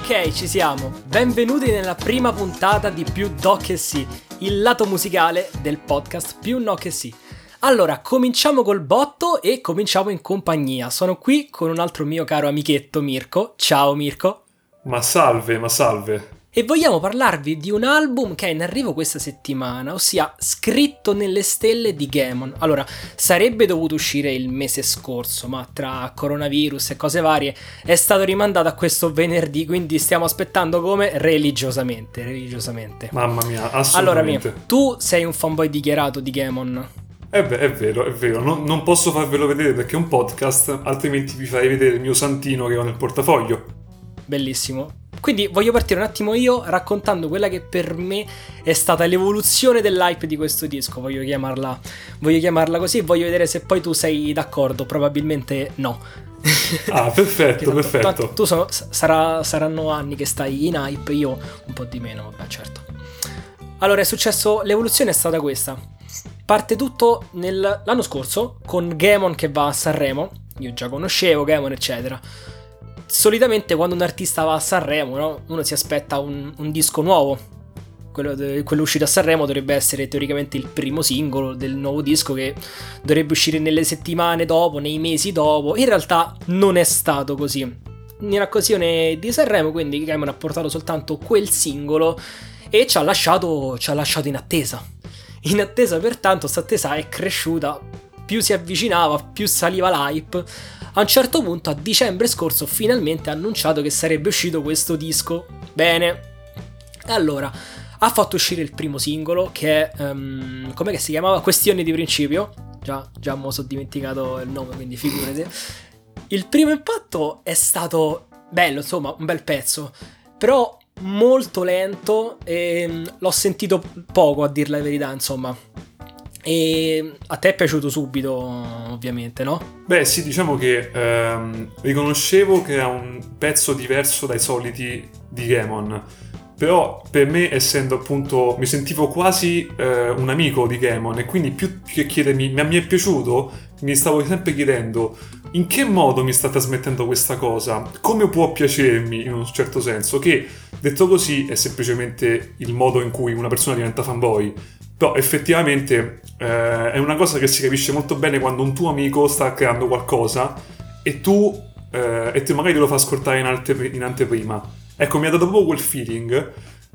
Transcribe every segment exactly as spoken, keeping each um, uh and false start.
Ok, ci siamo. Benvenuti nella prima puntata di Più Do che Sì, il lato musicale del podcast Più No che Sì. Allora, cominciamo col botto e cominciamo in compagnia. Sono qui con un altro mio caro amichetto, Mirko. Ciao Mirko. Ma salve, ma salve. E vogliamo parlarvi di un album che è in arrivo questa settimana, ossia Scritto nelle stelle di Gaemon. Allora, sarebbe dovuto uscire il mese scorso, ma tra coronavirus e cose varie è stato rimandato a questo venerdì, quindi stiamo aspettando come religiosamente, religiosamente. Mamma mia, assolutamente. Allora, mio, tu sei un fanboy dichiarato di Gaemon? Eh beh, è vero, è vero. Non, non posso farvelo vedere perché è un podcast, altrimenti vi farei vedere il mio santino che ho nel portafoglio. Bellissimo. Quindi voglio partire un attimo io raccontando quella che per me è stata l'evoluzione dell'hype di questo disco. Voglio chiamarla, voglio chiamarla così, voglio vedere se poi tu sei d'accordo. Probabilmente no. Ah, perfetto, tanto, perfetto. Tanto, tu sono, sarà, saranno anni che stai in hype, io un po' di meno, vabbè, certo. Allora è successo, l'evoluzione è stata questa. Parte tutto nel, l'anno scorso con Gaemon che va a Sanremo. Io già conoscevo Gaemon, eccetera. Solitamente quando un artista va a Sanremo, no? Uno si aspetta un, un disco nuovo. Quello, de, quello uscito a Sanremo dovrebbe essere teoricamente il primo singolo del nuovo disco che dovrebbe uscire nelle settimane dopo, nei mesi dopo. In realtà non è stato così. In occasione di Sanremo, quindi Gaemon ha portato soltanto quel singolo e ci ha lasciato, ci ha lasciato in attesa. In attesa, pertanto, questa attesa è cresciuta. Più si avvicinava, più saliva l'hype. A un certo punto, a dicembre scorso, finalmente ha annunciato che sarebbe uscito questo disco. Bene. Allora, ha fatto uscire il primo singolo, che è, um, com'è che si chiamava? Questioni di principio. Già, già mo' so dimenticato il nome, quindi figurati. Il primo impatto è stato bello, insomma, un bel pezzo. Però molto lento e um, l'ho sentito poco, a dir la verità, insomma. E a te è piaciuto subito, ovviamente, no? Beh sì, diciamo che ehm, riconoscevo che era un pezzo diverso dai soliti di Gaemon. Però per me, essendo appunto, mi sentivo quasi eh, un amico di Gaemon, e quindi più che chiedermi ma mi è piaciuto, mi stavo sempre chiedendo in che modo mi sta trasmettendo questa cosa, come può piacermi in un certo senso, che detto così è semplicemente il modo in cui una persona diventa fanboy. Però effettivamente eh, è una cosa che si capisce molto bene quando un tuo amico sta creando qualcosa e tu eh, e te magari lo fa ascoltare in, ante, in anteprima. Ecco, mi ha dato proprio quel feeling.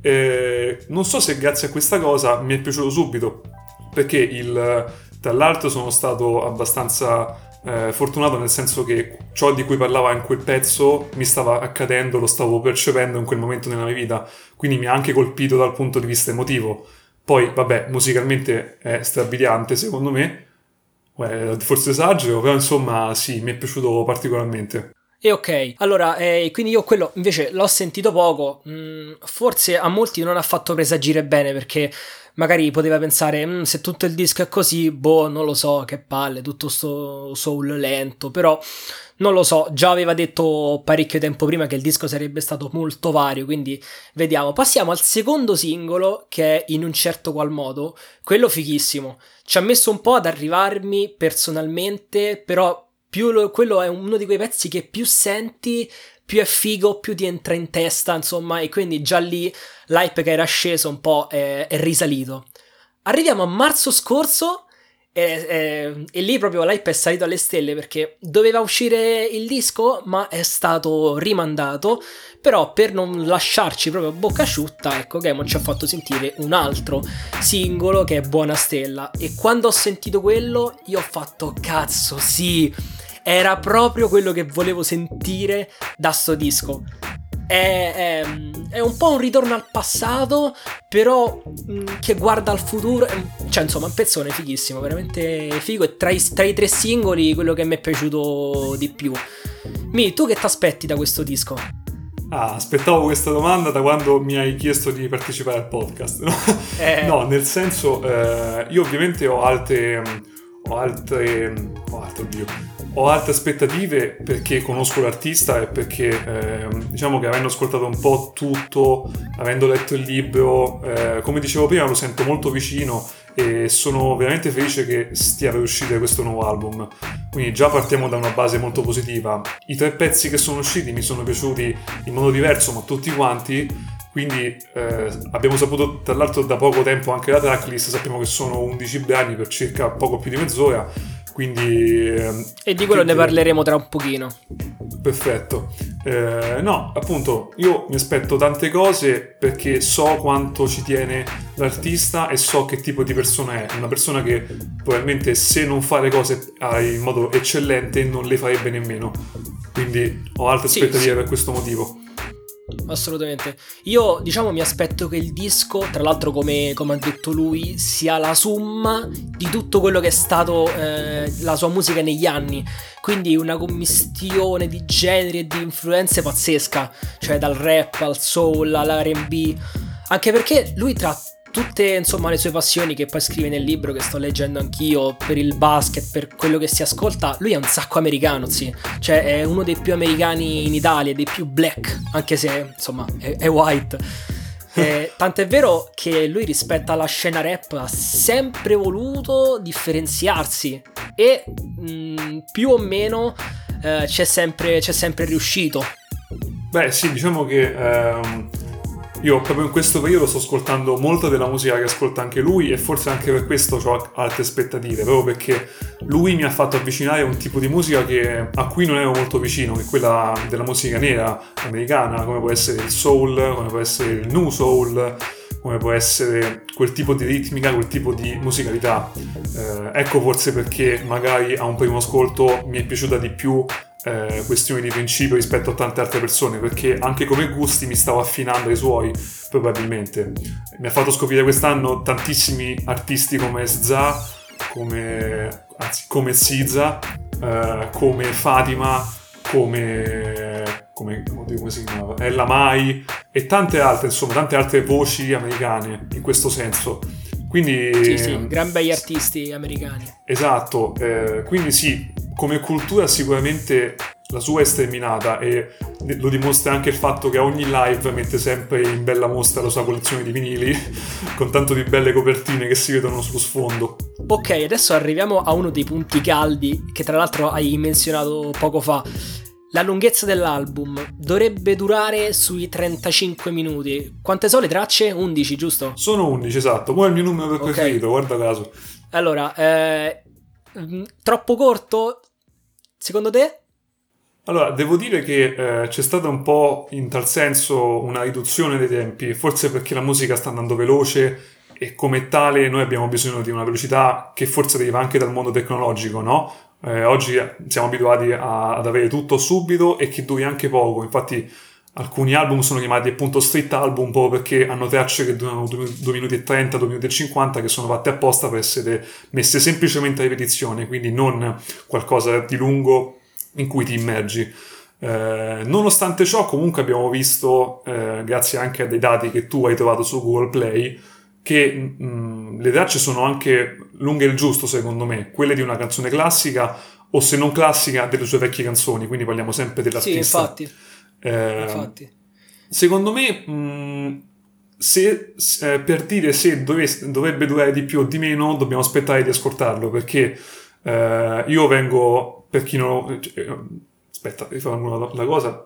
Eh, non so se grazie a questa cosa mi è piaciuto subito, perché il, tra l'altro sono stato abbastanza eh, fortunato, nel senso che ciò di cui parlava in quel pezzo mi stava accadendo, lo stavo percependo in quel momento nella mia vita, quindi mi ha anche colpito dal punto di vista emotivo. Poi, vabbè, musicalmente è strabiliante, secondo me, eh, forse esagero, però insomma sì, mi è piaciuto particolarmente. E ok, allora, eh, quindi io quello invece l'ho sentito poco, mm, forse a molti non ha fatto presagire bene, perché magari poteva pensare, mm, se tutto il disco è così, boh, non lo so, che palle, tutto sto soul lento, però non lo so, già aveva detto parecchio tempo prima che il disco sarebbe stato molto vario, quindi vediamo. Passiamo al secondo singolo, che è In un certo qual modo, quello fighissimo, ci ha messo un po' ad arrivarmi personalmente, però più lo, quello è uno di quei pezzi che più senti, più è figo, più ti entra in testa, insomma, e quindi già lì l'hype che era sceso un po' è, è risalito. Arriviamo a marzo scorso e, e, e lì proprio l'hype è salito alle stelle, perché doveva uscire il disco, ma è stato rimandato. Però per non lasciarci proprio a bocca asciutta, ecco, Gaemon ci ha fatto sentire un altro singolo che è Buona Stella, e quando ho sentito quello io ho fatto cazzo, sì, era proprio quello che volevo sentire da sto disco. È, è, è un po' un ritorno al passato, però mh, che guarda al futuro, cioè insomma un pezzone fighissimo, veramente figo, e tra i, tra i tre singoli quello che mi è piaciuto di più. Mi, tu che ti aspetti da questo disco? Ah, aspettavo questa domanda da quando mi hai chiesto di partecipare al podcast. No, Eh. no, nel senso, eh, io ovviamente ho alte, ho altre, ho altre, oddio, ho alte aspettative, perché conosco l'artista e perché eh, diciamo che avendo ascoltato un po' tutto, avendo letto il libro, eh, come dicevo prima, lo sento molto vicino e sono veramente felice che stia per uscire questo nuovo album. Quindi già partiamo da una base molto positiva. I tre pezzi che sono usciti mi sono piaciuti in modo diverso, ma tutti quanti. Quindi eh, abbiamo saputo, tra l'altro, da poco tempo anche la tracklist, sappiamo che sono undici brani per circa poco più di mezz'ora, quindi... Eh, e di quello ne parleremo tra un pochino. Perfetto. Eh, no, appunto, io mi aspetto tante cose perché so quanto ci tiene l'artista e so che tipo di persona è. Una persona che probabilmente, se non fa le cose in modo eccellente, non le farebbe nemmeno. Quindi ho altre sì, aspettative sì. per questo motivo. Assolutamente. Io, diciamo, mi aspetto che il disco, tra l'altro, come, come ha detto lui, sia la somma di tutto quello che è stato eh, la sua musica negli anni. Quindi una commistione di generi e di influenze pazzesca, cioè dal rap al soul all'R and B. Anche perché lui, tra tutte, insomma, le sue passioni, che poi scrive nel libro che sto leggendo anch'io, per il basket, per quello che si ascolta, lui è un sacco americano, sì. Cioè è uno dei più americani in Italia, dei più black, anche se, insomma, è, è white. Eh, tant'è vero che lui, rispetto alla scena rap, ha sempre voluto differenziarsi e mh, più o meno eh, c'è sempre, c'è sempre riuscito. Beh sì, diciamo che ehm, io proprio in questo periodo sto ascoltando molta della musica che ascolta anche lui, e forse anche per questo ho alte aspettative, proprio perché lui mi ha fatto avvicinare a un tipo di musica che, a cui non ero molto vicino, che è quella della musica nera americana, come può essere il soul, come può essere il nu soul, come può essere quel tipo di ritmica, quel tipo di musicalità. Eh, ecco forse perché magari a un primo ascolto mi è piaciuta di più eh, questione di principio rispetto a tante altre persone, perché anche come gusti mi stavo affinando ai suoi, probabilmente. Mi ha fatto scoprire quest'anno tantissimi artisti come Zza, come, anzi, come Siza, eh, come Fatima, come... come, oddio, come si chiamava? Ella Mai e tante altre, insomma, tante altre voci americane in questo senso. Quindi sì, sì, gran bei artisti americani. Esatto, eh, quindi sì, come cultura sicuramente la sua è sterminata, e lo dimostra anche il fatto che a ogni live mette sempre in bella mostra la sua collezione di vinili con tanto di belle copertine che si vedono sullo sfondo. Ok, adesso arriviamo a uno dei punti caldi che tra l'altro hai menzionato poco fa. La lunghezza dell'album dovrebbe durare sui trentacinque minuti. Quante sono le tracce? undici, giusto? Sono undici, esatto. Poi è il mio numero Okay. preferito, guarda caso. Allora, eh, troppo corto, secondo te? Allora, devo dire che eh, c'è stata un po' in tal senso una riduzione dei tempi, forse perché la musica sta andando veloce e come tale noi abbiamo bisogno di una velocità che forse deriva anche dal mondo tecnologico, no? Eh, oggi siamo abituati a, ad avere tutto subito e che duri anche poco. Infatti alcuni album sono chiamati appunto street album proprio perché hanno tracce che durano due minuti e trenta, due minuti e cinquanta, che sono fatte apposta per essere messe semplicemente a ripetizione, quindi non qualcosa di lungo in cui ti immergi. Eh, nonostante ciò, comunque abbiamo visto, eh, grazie anche a dei dati che tu hai trovato su Google Play, che mh, le tracce sono anche lunghe il giusto, secondo me, quelle di una canzone classica o, se non classica, delle sue vecchie canzoni, quindi parliamo sempre dell'artista. Sì, infatti. Eh, infatti. Secondo me, mh, se, eh, per dire se dovesse, dovrebbe durare di più o di meno, dobbiamo aspettare di ascoltarlo, perché eh, io vengo, per chi non... Eh, aspetta, riformulo la cosa...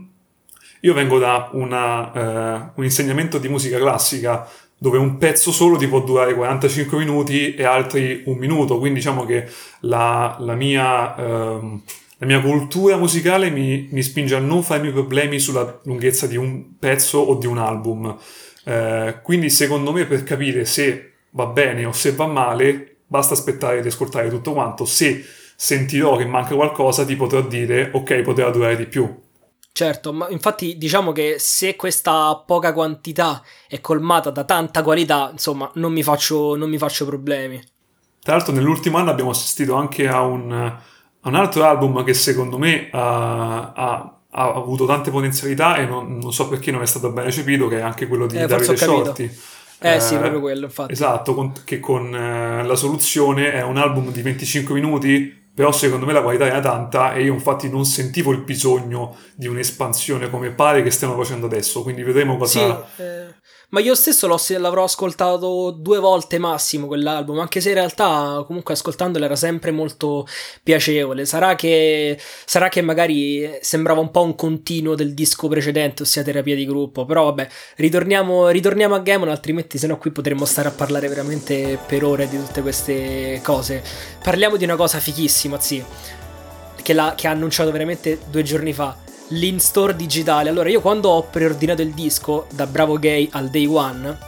Io vengo da una, eh, un insegnamento di musica classica dove un pezzo solo ti può durare quarantacinque minuti e altri un minuto, quindi diciamo che la, la, mia, ehm, la mia cultura musicale mi, mi spinge a non farmi problemi sulla lunghezza di un pezzo o di un album. Eh, quindi secondo me, per capire se va bene o se va male, basta aspettare di ascoltare tutto quanto. Se sentirò che manca qualcosa, ti potrò dire ok, poteva durare di più. Certo, ma infatti diciamo che se questa poca quantità è colmata da tanta qualità, insomma, non mi faccio, non mi faccio problemi. Tra l'altro nell'ultimo anno abbiamo assistito anche a un, a un altro album che secondo me ha, ha, ha avuto tante potenzialità e non, non so perché non è stato ben recepito, che è anche quello di eh, Davide Shorty. Eh, eh sì, proprio quello, infatti. Esatto, con, che con eh, La Soluzione è un album di venticinque minuti, però secondo me la qualità era tanta e io infatti non sentivo il bisogno di un'espansione come pare che stiamo facendo adesso, quindi vedremo cosa... Sì, eh, Ma io stesso l'ho, l'avrò ascoltato due volte massimo quell'album, anche se in realtà comunque ascoltandolo era sempre molto piacevole. Sarà che, sarà che magari sembrava un po' un continuo del disco precedente, ossia Terapia di gruppo, però vabbè, ritorniamo, ritorniamo a Gaemon, altrimenti sennò qui potremmo stare a parlare veramente per ore di tutte queste cose. Parliamo di una cosa fighissima, sì, che, l'ha, che ha annunciato veramente due giorni fa. L'in-store digitale. Allora, io quando ho preordinato il disco da Bravo Gay al day one,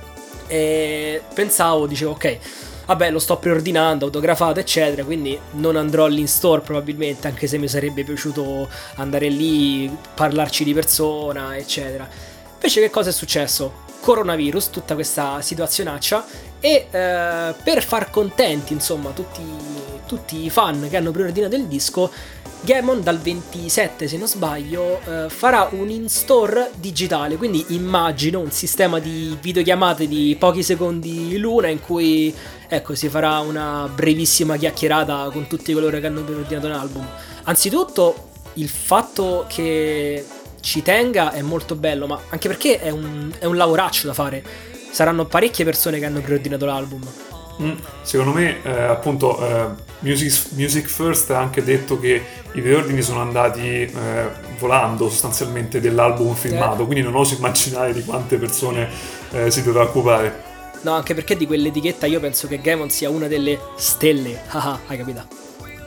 eh, pensavo, dicevo, ok, vabbè, lo sto preordinando, autografato, eccetera, quindi non andrò all'in-store probabilmente, anche se mi sarebbe piaciuto andare lì, parlarci di persona, eccetera. Invece che cosa è successo? Coronavirus, tutta questa situazionaccia, e eh, per far contenti, insomma, tutti, tutti i fan che hanno preordinato il disco, Gaemon dal ventisette, se non sbaglio, eh, farà un in-store digitale, quindi immagino un sistema di videochiamate di pochi secondi l'una in cui, ecco, si farà una brevissima chiacchierata con tutti coloro che hanno preordinato un album. Anzitutto il fatto che ci tenga è molto bello, ma anche perché è un, è un lavoraccio da fare. Saranno parecchie persone che hanno preordinato l'album. Mm, secondo me, eh, appunto, eh, Music, Music First ha anche detto che i preordini sono andati eh, volando sostanzialmente dell'album filmato, eh. quindi non oso immaginare di quante persone eh, si dovrà occupare. No, anche perché di quell'etichetta io penso che Gaemon sia una delle stelle. Haha, hai capito?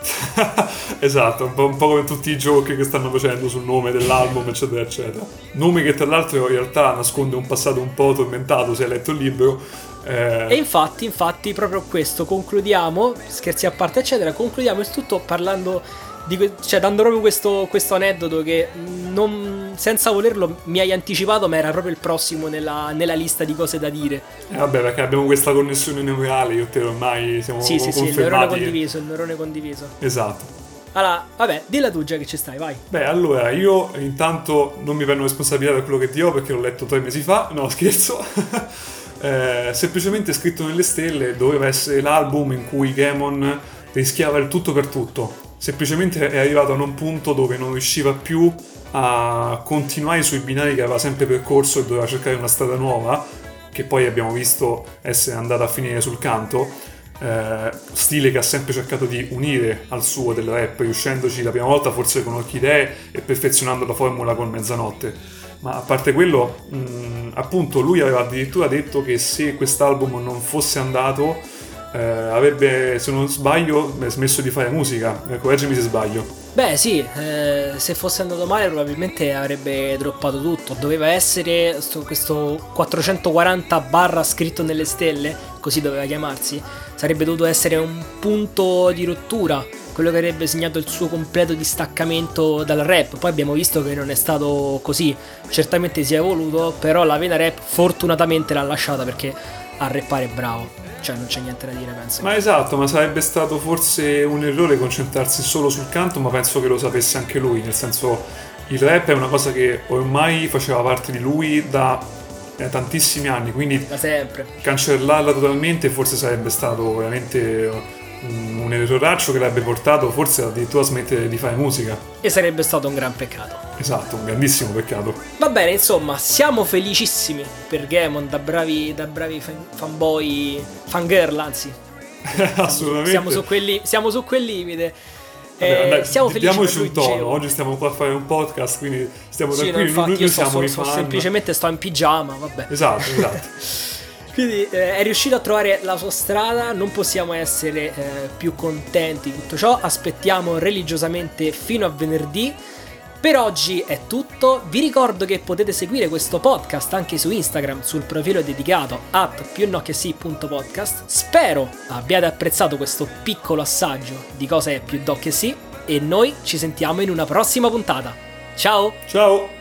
Esatto, un po', un po' come tutti i giochi che stanno facendo sul nome dell'album, eccetera eccetera. Nome che tra l'altro in realtà nasconde un passato un po' tormentato, se hai letto il libro. eh... E infatti, infatti, proprio questo concludiamo, scherzi a parte eccetera, concludiamo il tutto parlando di que- cioè dando proprio questo, questo aneddoto che non, senza volerlo mi hai anticipato, ma era proprio il prossimo nella, nella lista di cose da dire. Eh vabbè, perché abbiamo questa connessione neurale, io e te ormai siamo sì, confermati. Sì, sì, il neurone condiviso, il neurone condiviso. Esatto. Allora, vabbè, dilla tu già che ci stai, vai. Beh, allora, io intanto non mi prendo responsabilità per quello che dirò perché l'ho letto tre mesi fa, no scherzo. eh, semplicemente scritto nelle stelle doveva essere l'album in cui Gaemon rischiava il tutto per tutto. Semplicemente è arrivato a un punto dove non riusciva più a continuare sui binari che aveva sempre percorso e doveva cercare una strada nuova, che poi abbiamo visto essere andata a finire sul canto, eh, stile che ha sempre cercato di unire al suo del rap, riuscendoci la prima volta forse con Orchidee e perfezionando la formula con Mezzanotte. Ma a parte quello, mh, appunto lui aveva addirittura detto che se quest'album non fosse andato Eh, avrebbe, se non sbaglio, smesso di fare musica. Eh, correggimi se sbaglio. Beh sì, eh, se fosse andato male probabilmente avrebbe droppato tutto. Doveva essere sto, questo quattrocentoquaranta barra scritto nelle stelle, così doveva chiamarsi. Sarebbe dovuto essere un punto di rottura, quello che avrebbe segnato il suo completo distaccamento dal rap. Poi abbiamo visto che non è stato così. Certamente si è evoluto, però la vena rap fortunatamente l'ha lasciata, perché a rappare è bravo. Cioè non c'è niente da dire, penso. Ma esatto, ma sarebbe stato forse un errore concentrarsi solo sul canto, ma penso che lo sapesse anche lui, nel senso, il rap è una cosa che ormai faceva parte di lui da eh, tantissimi anni, quindi da sempre. Cancellarla totalmente forse sarebbe stato veramente un, un erroraccio che l'avrebbe portato forse addirittura a smettere di fare musica. E sarebbe stato un gran peccato. Esatto, un grandissimo peccato. Va bene, insomma, siamo felicissimi per Gaemon, da bravi, da bravi fan, fanboy, fangirl, anzi. Assolutamente. Siamo su, quelli, siamo su quel limite. Vabbè, eh, vabbè, siamo felici per diamoci lui, un tono. dicevo. Oggi stiamo qua a fare un podcast, quindi stiamo sì, tranquilli. no, infatti, noi, io noi sto, siamo sto, i fan. semplicemente sto in pigiama, vabbè. Esatto, esatto. Quindi eh, è riuscito a trovare la sua strada, non possiamo essere eh, più contenti di tutto ciò, aspettiamo religiosamente fino a venerdì. Per oggi è tutto, vi ricordo che potete seguire questo podcast anche su Instagram sul profilo dedicato at più no che sì punto podcast. Spero abbiate apprezzato questo piccolo assaggio di cosa è Più Do che Sì e noi ci sentiamo in una prossima puntata. Ciao! Ciao!